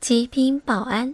极品保安。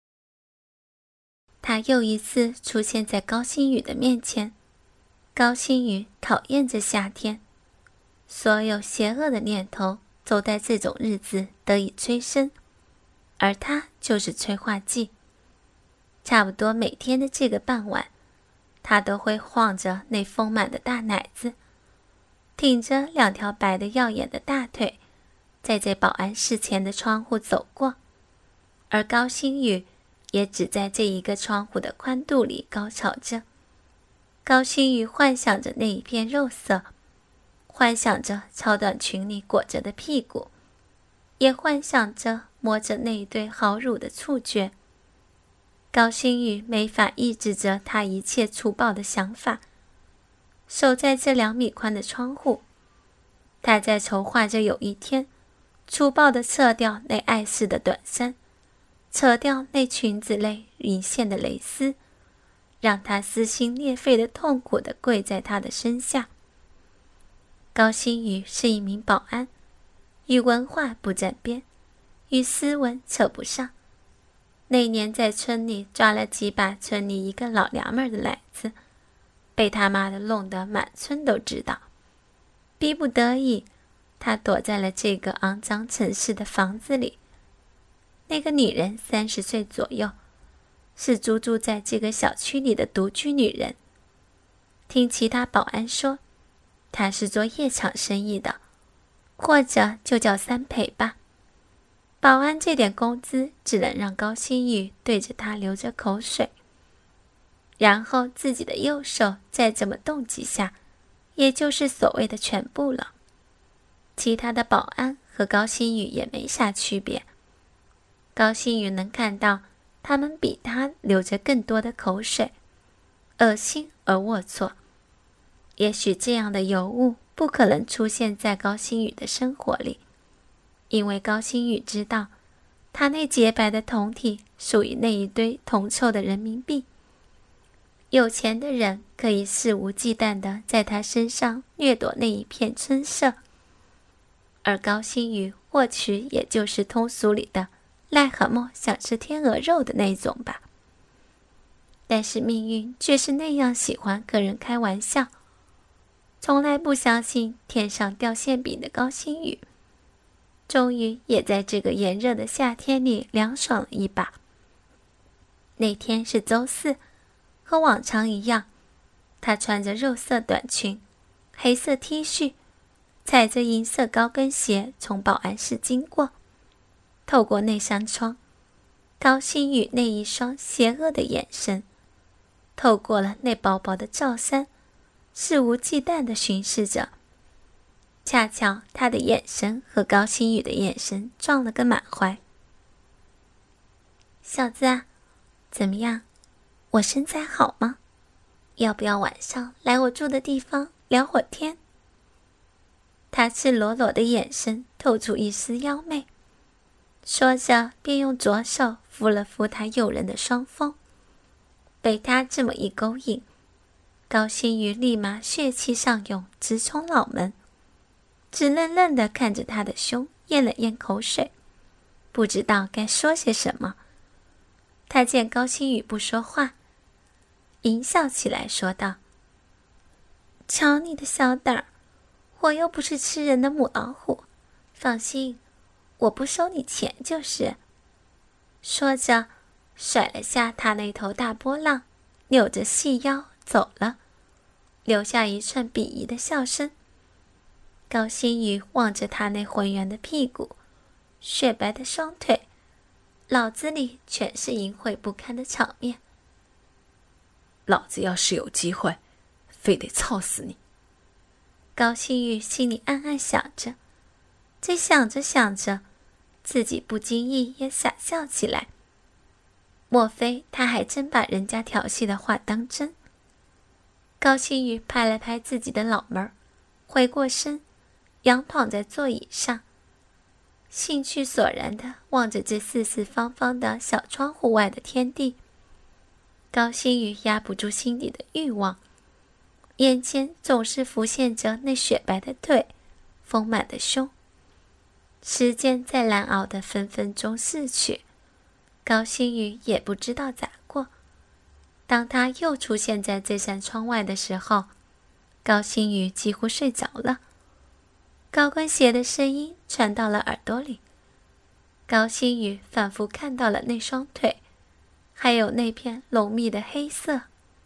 他又一次出现在高星宇的面前。高星宇讨厌着夏天，所有邪恶的念头都在这种日子得以催生，而他就是催化剂。差不多每天的这个傍晚，他都会晃着那丰满的大奶子，挺着两条白的耀眼的大腿，在这保安室前的窗户走过，而高星宇也只在这一个窗户的宽度里高潮着。高星宇幻想着那一片肉色，幻想着超短裙里裹着的屁股，也幻想着摸着那一对好乳的触觉。高星宇没法抑制着他一切粗暴的想法，守在这2米宽的窗户，他在筹划着有一天粗暴地撤掉那碍事的短衫，扯掉那裙子内银线的蕾丝，让他撕心裂肺的痛苦地跪在他的身下。高星宇是一名保安，与文化不沾边，与斯文扯不上。那年在村里抓了几把村里一个老娘们的奶子，被他妈的弄得满村都知道。逼不得已，他躲在了这个肮脏城市的房子里。那个女人30岁左右，是租住在这个小区里的独居女人。听其他保安说，她是做夜场生意的，或者就叫3陪吧。保安这点工资只能让高星宇对着她流着口水，然后自己的右手再这么动几下，也就是所谓的全部了。其他的保安和高星宇也没啥区别。高星宇能看到他们比他流着更多的口水，恶心而龌龊。也许这样的尤物不可能出现在高星宇的生活里，因为高星宇知道他那洁白的酮体属于那一堆铜臭的人民币。有钱的人可以肆无忌惮地在他身上掠夺那一片春色，而高星宇或许也就是通俗里的癞蛤蟆想吃天鹅肉的那种吧。但是命运却是那样喜欢和人开玩笑。从来不相信天上掉馅饼的高星宇，终于也在这个炎热的夏天里凉爽了一把。那天是周4，和往常一样，他穿着肉色短裙，黑色 T 恤，踩着银色高跟鞋从保安室经过。透过那扇窗，高星宇那一双邪恶的眼神，透过了那薄薄的罩衫，肆无忌惮地巡视着。恰巧他的眼神和高星宇的眼神撞了个满怀。小子啊，怎么样？我身材好吗？要不要晚上来我住的地方聊会儿天？他赤裸裸的眼神透出一丝妖媚，说着便用左手扶了扶他诱人的双峰。被他这么一勾引，高星宇立马血气上涌，直冲脑门，直愣愣地看着他的胸，咽了咽口水，不知道该说些什么。他见高星宇不说话，淫笑起来说道：瞧你的小胆儿，我又不是吃人的母老虎，放心，我不收你钱就是。说着甩了下他那头大波浪，扭着细腰走了，留下一串鄙夷的笑声。高星宇望着他那浑圆的屁股，雪白的双腿，脑子里全是淫秽不堪的场面。 老子要是有机会，非得操死你！ 高星宇心里暗暗想着，这想着想着，自己不经意也傻笑起来。莫非他还真把人家调戏的话当真？高星宇拍了拍自己的脑门，回过身，仰躺在座椅上，兴趣索然地望着这四四方方的小窗户外的天地。高星宇压不住心底的欲望，眼前总是浮现着那雪白的腿，丰满的胸。时间在难熬的分分钟逝去， 高星宇也不知道咋过。当他又出现在这扇窗外的时候，高星宇几乎睡着了。高跟鞋的声音传到了耳朵里，高星宇仿佛看到了那双腿，还有那片浓密的黑色。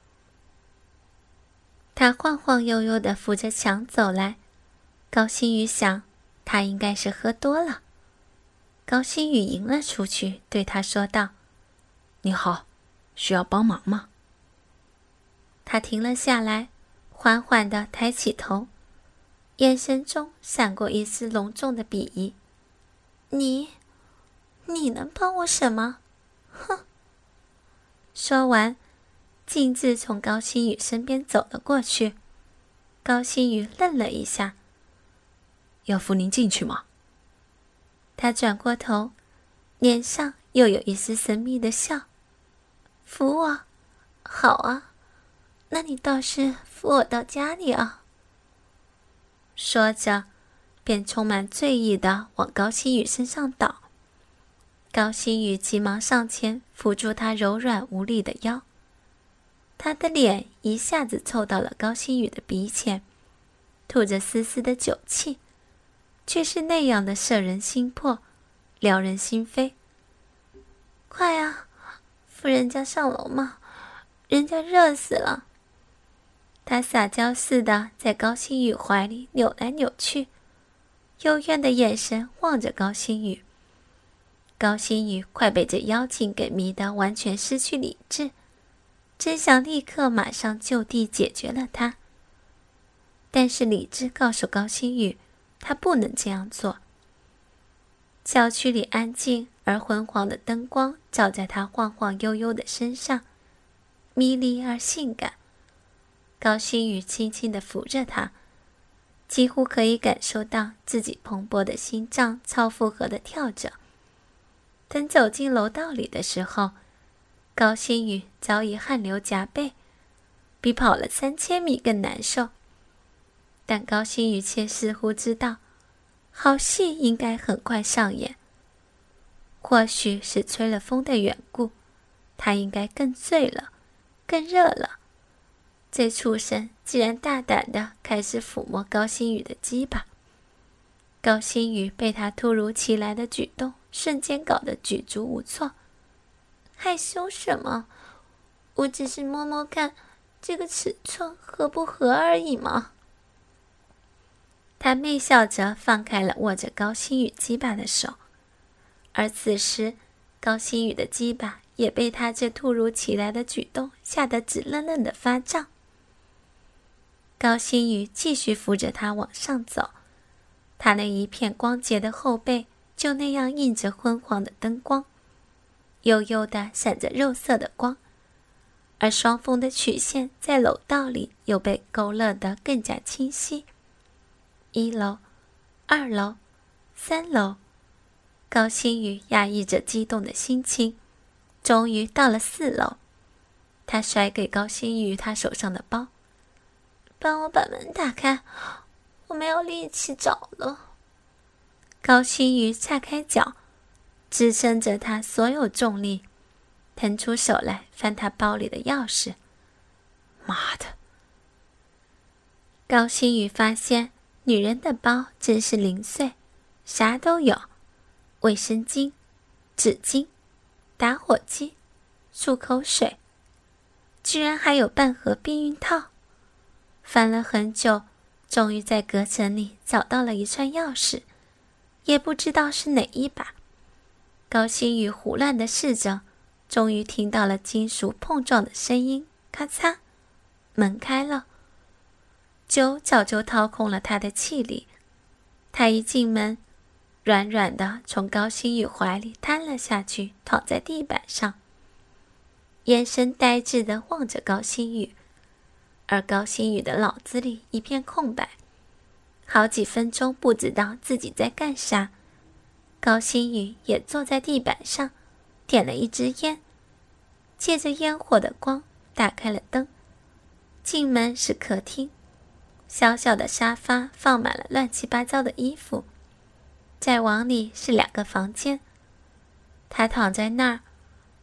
他晃晃悠悠地扶着墙走来，高星宇想，他应该是喝多了。高星宇迎了出去，对他说道：“ 你好，需要帮忙吗？” 他停了下来，缓缓地抬起头，眼神中闪过一丝隆重的鄙夷。你能帮我什么？哼！说完，径自从高星宇身边走了过去。高星宇愣了一下。 要扶您进去吗？ 他转过头，脸上又有一丝神秘的笑。扶我？好啊，那你倒是扶我到家里啊。说着，便充满醉意地往高星宇身上倒。高星宇急忙上前扶住他柔软无力的腰，他的脸一下子凑到了高星宇的鼻前，吐着丝丝的酒气，却是那样的摄人心魄，撩人心扉。快啊，扶人家上楼嘛，人家热死了。他撒娇似的在高星宇怀里扭来扭去，幽怨的眼神望着高星宇。高星宇快被这妖精给迷得完全失去理智，真想立刻马上就地解决了他。但是理智告诉高星宇，他不能这样做。小区里安静而昏黄的灯光照在他晃晃悠悠的身上，迷离而性感。高星宇轻轻地扶着他，几乎可以感受到自己蓬勃的心脏超负荷地跳着。等走进楼道里的时候，高星宇早已汗流浃背，比跑了3000米更难受。但高星宇却似乎知道，好戏应该很快上演。或许是吹了风的缘故，他应该更醉了，更热了。这畜生竟然大胆地开始抚摸高星宇的鸡巴。高星宇被他突如其来的举动瞬间搞得举足无措。害羞什么？我只是摸摸看这个尺寸合不合而已嘛。他媚笑着放开了握着高星宇鸡巴的手，而此时高星宇的鸡巴也被他这突如其来的举动吓得直愣愣的发胀。高星宇继续扶着他往上走，他那一片光洁的后背就那样映着昏黄的灯光，幽幽地闪着肉色的光，而双峰的曲线在楼道里又被勾勒得更加清晰。1楼、2楼、3楼，高星宇压抑着激动的心情，终于到了4楼。他甩给高星宇他手上的包，帮我把门打开，我没有力气找了。高星宇岔开脚，支撑着他所有重力，腾出手来翻他包里的钥匙。 妈的！ 高星宇发现女人的包真是零碎，啥都有，卫生巾、纸巾、打火机、漱口水，居然还有半盒避孕套。翻了很久，终于在隔层里找到了一串钥匙，也不知道是哪一把。高星宇胡乱地试着，终于听到了金属碰撞的声音，咔嚓，门开了。酒早就掏空了他的气力，他一进门，软软的从高星宇怀里瘫了下去，躺在地板上，眼神呆滞地望着高星宇，而高星宇的脑子里一片空白，好几分钟不知道自己在干啥。高星宇也坐在地板上，点了一支烟，借着烟火的光打开了灯。进门是客厅，小小的沙发放满了乱七八糟的衣服，再往里是2个房间。他躺在那儿，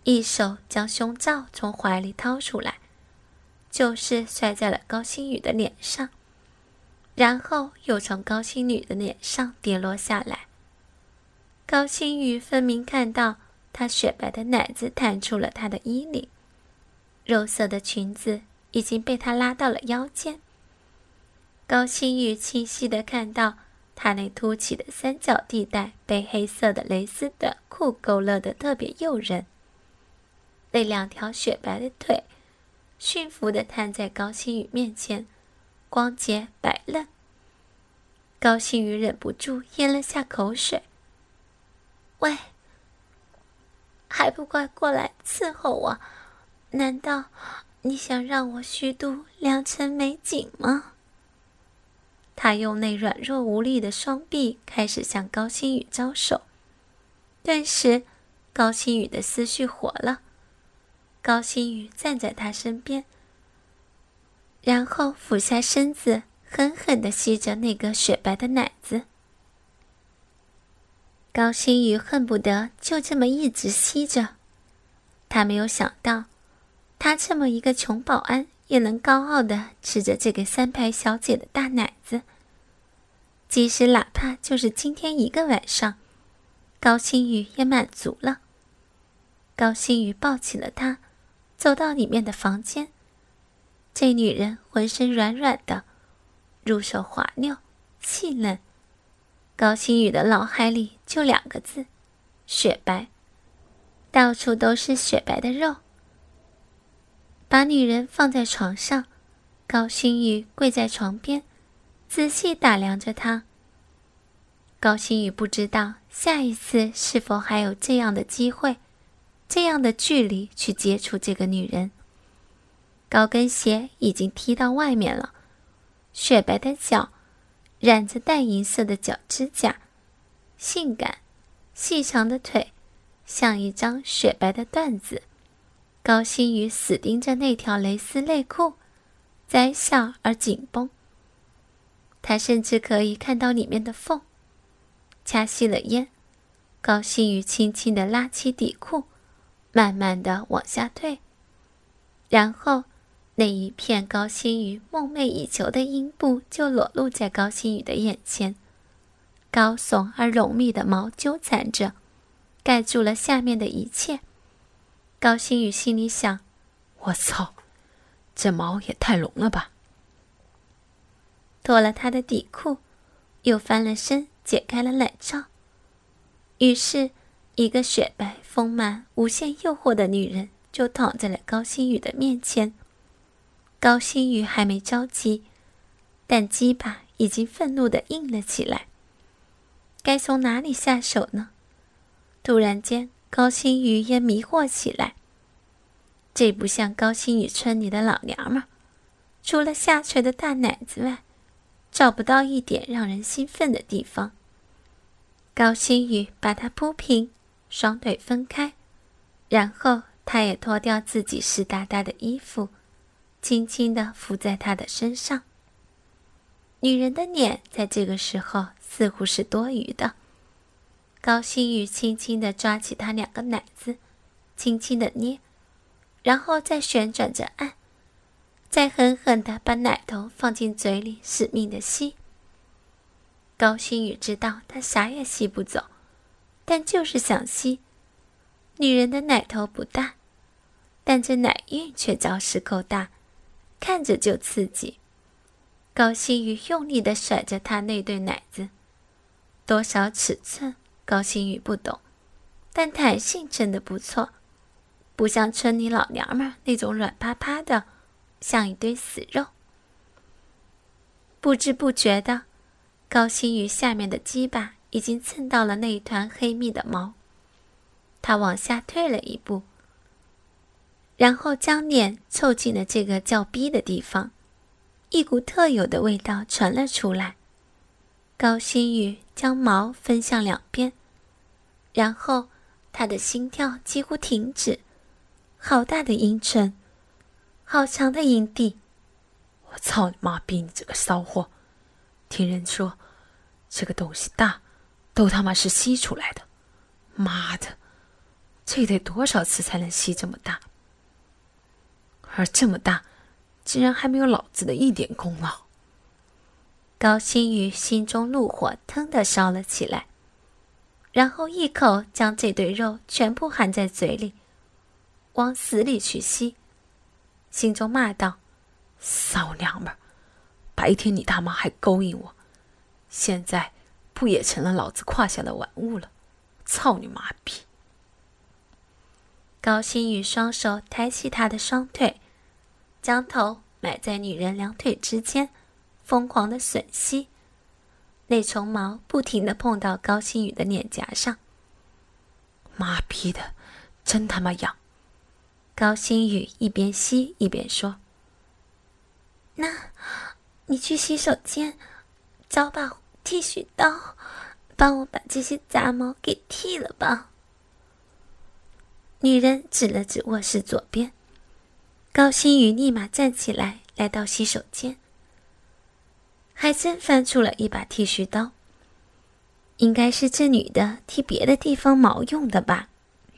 一手将胸罩从怀里掏出来，就是摔在了高星宇的脸上，然后又从高星宇的脸上跌落下来。高星宇分明看到她雪白的奶子弹出了她的衣领，肉色的裙子已经被她拉到了腰间。高星宇清晰地看到她那凸起的三角地带被黑色的蕾丝的裤勾勒得特别诱人，那两条雪白的腿驯服地摊在高星宇面前，光洁白嫩。高星宇忍不住咽了下口水。喂，还不快过来伺候我？难道你想让我虚度良辰美景吗？他用那软弱无力的双臂开始向高星宇招手，顿时高星宇的思绪活了。高星宇站在他身边，然后俯下身子狠狠地吸着那个雪白的奶子。高星宇恨不得就这么一直吸着，他没有想到他这么一个穷保安也能高傲地吃着这个三牌小姐的大奶子。即使哪怕就是今天一个晚上，高星宇也满足了。高星宇抱起了她，走到里面的房间。这女人浑身软软的，入手滑溜细嫩。高星宇的脑海里就两个字：雪白。到处都是雪白的肉。把女人放在床上，高星宇跪在床边，仔细打量着她。高星宇不知道下一次是否还有这样的机会，这样的距离去接触这个女人。高跟鞋已经踢到外面了，雪白的脚，染着淡银色的脚指甲，性感细长的腿，像一张雪白的缎子。高星宇死盯着那条蕾丝内裤，窄小而紧绷。他甚至可以看到里面的缝。掐熄了烟，高星宇轻轻地拉起底裤，慢慢地往下退，然后那一片高星宇梦寐以求的阴部就裸露在高星宇的眼前。高耸而浓密的毛纠缠着，盖住了下面的一切。高星宇心里想： 我操，这毛也太浓了吧。 脱了他的底裤，又翻了身，解开了奶罩。于是一个雪白丰满无限诱惑的女人就躺在了高星宇的面前。高星宇还没着急，但鸡巴已经愤怒地硬了起来。该从哪里下手呢？突然间高星宇也迷惑起来。这不像高星宇村里的老娘们，除了下垂的大奶子外，找不到一点让人兴奋的地方。高星宇把她铺平，双腿分开，然后他也脱掉自己湿哒哒的衣服，轻轻地敷在她的身上。女人的脸在这个时候似乎是多余的。高星宇轻轻地抓起她两个奶子，轻轻地捏，然后再旋转着按，再狠狠地把奶头放进嘴里死命地吸。高星宇知道他啥也吸不走，但就是想吸。女人的奶头不大，但这奶晕却着实够大，看着就刺激。高星宇用力地甩着她那对奶子，多少尺寸高星宇不懂，但弹性真的不错，不像村里老娘们那种软趴趴的，像一堆死肉。不知不觉的，高星宇下面的鸡巴已经蹭到了那一团黑密的毛。他往下退了一步，然后将脸凑近了这个叫逼的地方，一股特有的味道传了出来。高星宇将毛分向两边，然后他的心跳几乎停止。好大的阴唇，好长的阴蒂。 我操你妈逼，你这个骚货！听人说这个东西大都他妈是吸出来的，妈的， 这得多少次才能吸这么大？而这么大，竟然还没有老子的一点功劳。 高星宇心中怒火腾地烧了起来，然后一口将这堆肉全部含在嘴里，往死里去吸，心中骂道： 骚娘们儿，白天你大妈还勾引我，现在不也成了老子胯下的玩物了？操你妈逼！ 高星宇双手抬起她的双腿，将头埋在女人两腿之间，疯狂的吮吸，那丛毛不停地碰到高星宇的脸颊上。 妈逼的，真他妈痒！ 高星宇一边吸一边说：那你去洗手间找把剃须刀，帮我把这些杂毛给剃了吧。女人指了指卧室左边，高星宇立马站起来，来到洗手间，还真翻出了一把剃须刀，应该是这女的剃别的地方毛用的吧。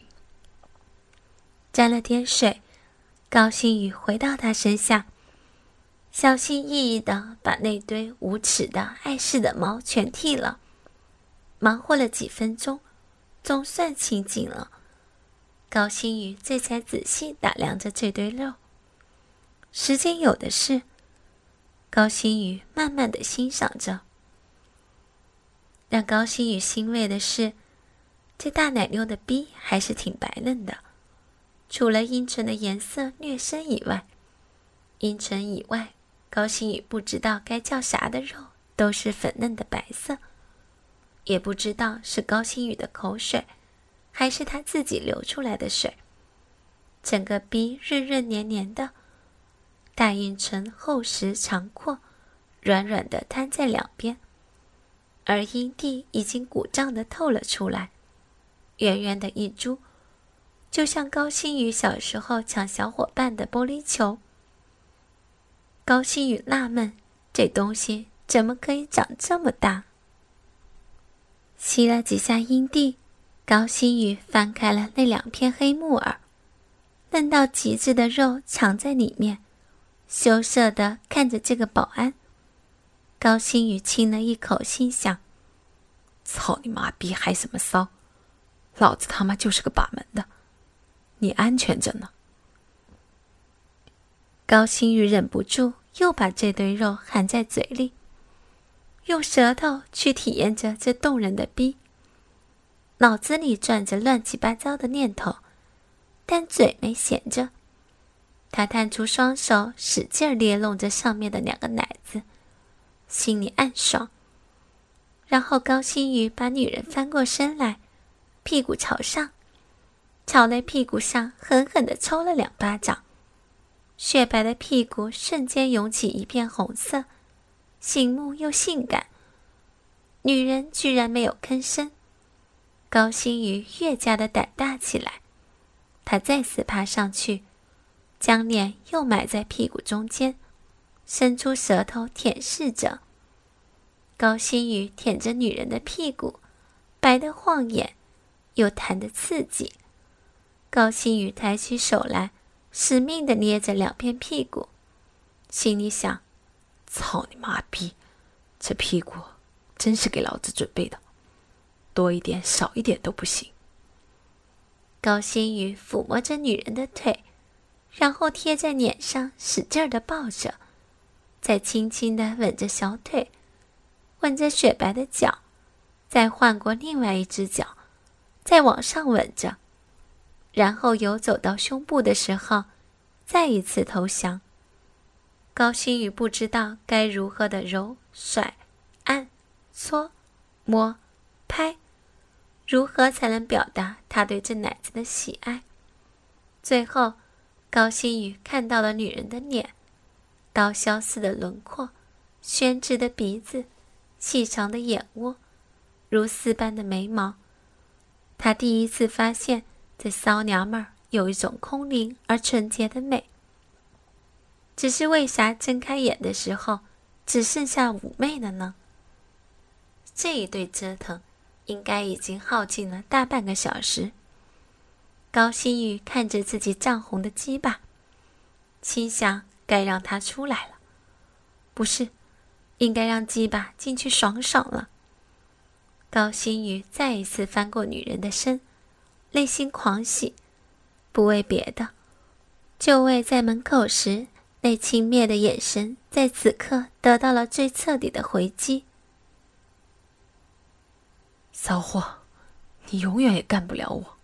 沾了点水，高星宇回到她身下，小心翼翼地把那堆无耻的碍事的毛全剃了。忙活了几分钟，总算清静了。高星宇这才仔细打量着这堆肉，时间有的是。高星宇慢慢地欣赏着。让高星宇欣慰的是，这大奶牛的逼还是挺白嫩的，除了阴唇的颜色略深以外，阴唇以外，高星宇不知道该叫啥的肉都是粉嫩的白色，也不知道是高星宇的口水还是他自己流出来的水。整个逼润润黏黏的，大阴唇厚实长阔，软软的摊在两边，而阴蒂已经鼓胀的透了出来，圆圆的一珠，就像高星宇小时候抢小伙伴的玻璃球。高星宇纳闷，这东西怎么可以长这么大？吸了几下阴蒂，高星宇翻开了那两片黑木耳，嫩到极致的肉藏在里面，羞涩地看着这个保安。高星宇亲了一口，心想： 操你妈逼，还什么骚？老子他妈就是个把门的，你安全着呢。 高星宇忍不住又把这堆肉含在嘴里，用舌头去体验着这动人的逼。脑子里转着乱七八糟的念头，但嘴没闲着。他探出双手，使劲捏弄着上面的两个奶子，心里暗爽。然后高星宇把女人翻过身来，屁股朝上，朝那屁股上狠狠地抽了2巴掌，雪白的屁股瞬间涌起一片红色，醒目又性感。女人居然没有吭声，高星宇越加的胆大起来。他再次爬上去，将脸又埋在屁股中间，伸出舌头舔舐着。高星宇舔着女人的屁股，白得晃眼，又弹得刺激。高星宇抬起手来，死命地捏着2片屁股，心里想： 操你妈逼，这屁股真是给老子准备的，多一点少一点都不行。 高星宇抚摸着女人的腿，然后贴在脸上使劲地抱着，再轻轻地吻着小腿，吻着雪白的脚，再换过另外一只脚，再往上吻着，然后游走到胸部的时候，再一次投降。高星宇不知道该如何的揉、甩、按、搓、摸、拍，如何才能表达他对这奶子的喜爱。最后，高星宇看到了女人的脸，刀削似的轮廓，宣直的鼻子，细长的眼窝，如丝般的眉毛。他第一次发现这骚娘们儿有一种空灵而纯洁的美。只是为啥睁开眼的时候只剩下妩媚了呢？这一对折腾应该已经耗尽了大半个小时。 高星宇看着自己涨红的鸡巴，心想该让他出来了，不是，应该让鸡巴进去爽爽了。高星宇再一次翻过女人的身，内心狂喜，不为别的，就为在门口时那轻蔑的眼神在此刻得到了最彻底的回击。 骚货，你永远也干不了我。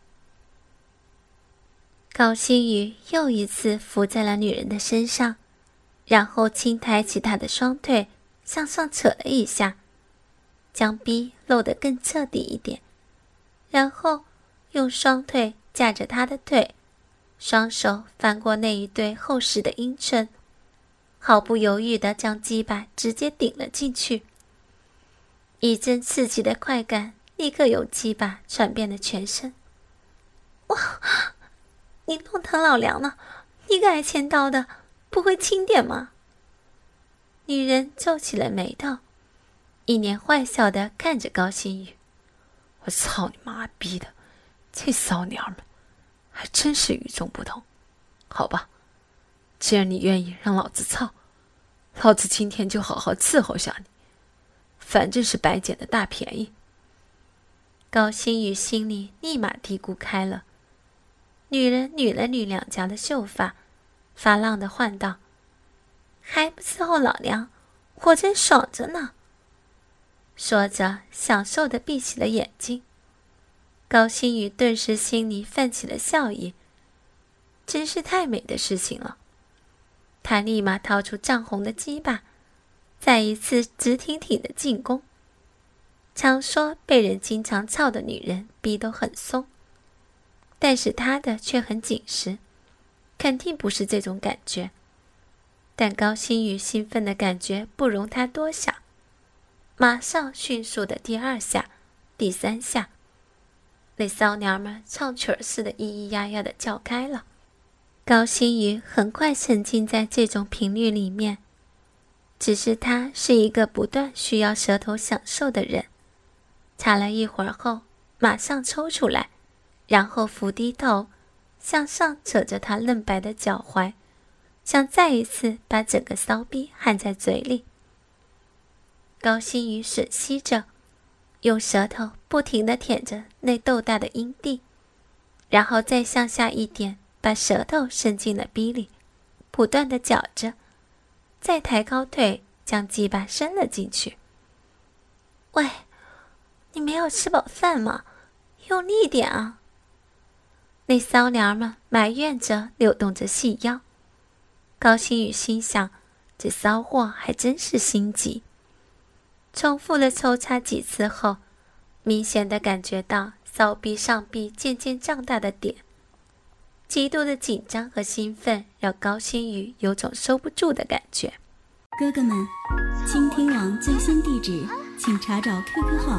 高星宇又一次伏在了女人的身上，然后轻抬起她的双腿向上扯了一下，将逼露得更彻底一点，然后用双腿架着她的腿，双手翻过那一对厚实的阴唇，毫不犹豫地将鸡巴直接顶了进去。一阵刺激的快感立刻由鸡巴传遍了全身。哇，你弄疼老娘了，你个爱千刀的，不会轻点吗？女人皱起了眉头，一脸坏笑地看着高星宇。 我操你妈逼的，这骚娘们还真是与众不同。好吧，既然你愿意让老子操，老子今天就好好伺候下你，反正是白捡的大便宜。 高星宇心里立马嘀咕开了。女人捋了捋两颊的秀发，发浪地唤道：还不伺候老娘，我真爽着呢。说着享受地闭起了眼睛。高星宇顿时心里泛起了笑意，真是太美的事情了。他立马掏出涨红的鸡巴，再一次直挺挺的进攻。常说被人经常操的女人逼都很松，但是他的却很紧实，肯定不是这种感觉。但高星宇兴奋的感觉不容他多想，马上迅速的第二下、第三下，那骚娘们唱曲儿似的咿咿呀呀的叫开了。高星宇很快沉浸在这种频率里面，只是他是一个不断需要舌头享受的人。插了一会儿后，马上抽出来，然后伏低头，向上扯着他嫩白的脚踝，想再一次把整个骚逼含在嘴里。高星宇吮吸着，用舌头不停地舔着那豆大的阴蒂，然后再向下一点，把舌头伸进了逼里，不断地搅着，再抬高腿将鸡巴伸了进去。喂，你没有吃饱饭吗？用力点啊！那骚娘们埋怨着，扭动着细腰。高星宇心想，这骚货还真是心急。重复了抽插几次后，明显的感觉到骚逼上臂渐渐胀大的点，极度的紧张和兴奋让高星宇有种收不住的感觉。 哥哥们，倾听网最新地址请查找 QQ 号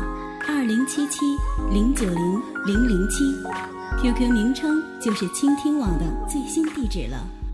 2077090007，QQ 名称就是倾听网的最新地址了。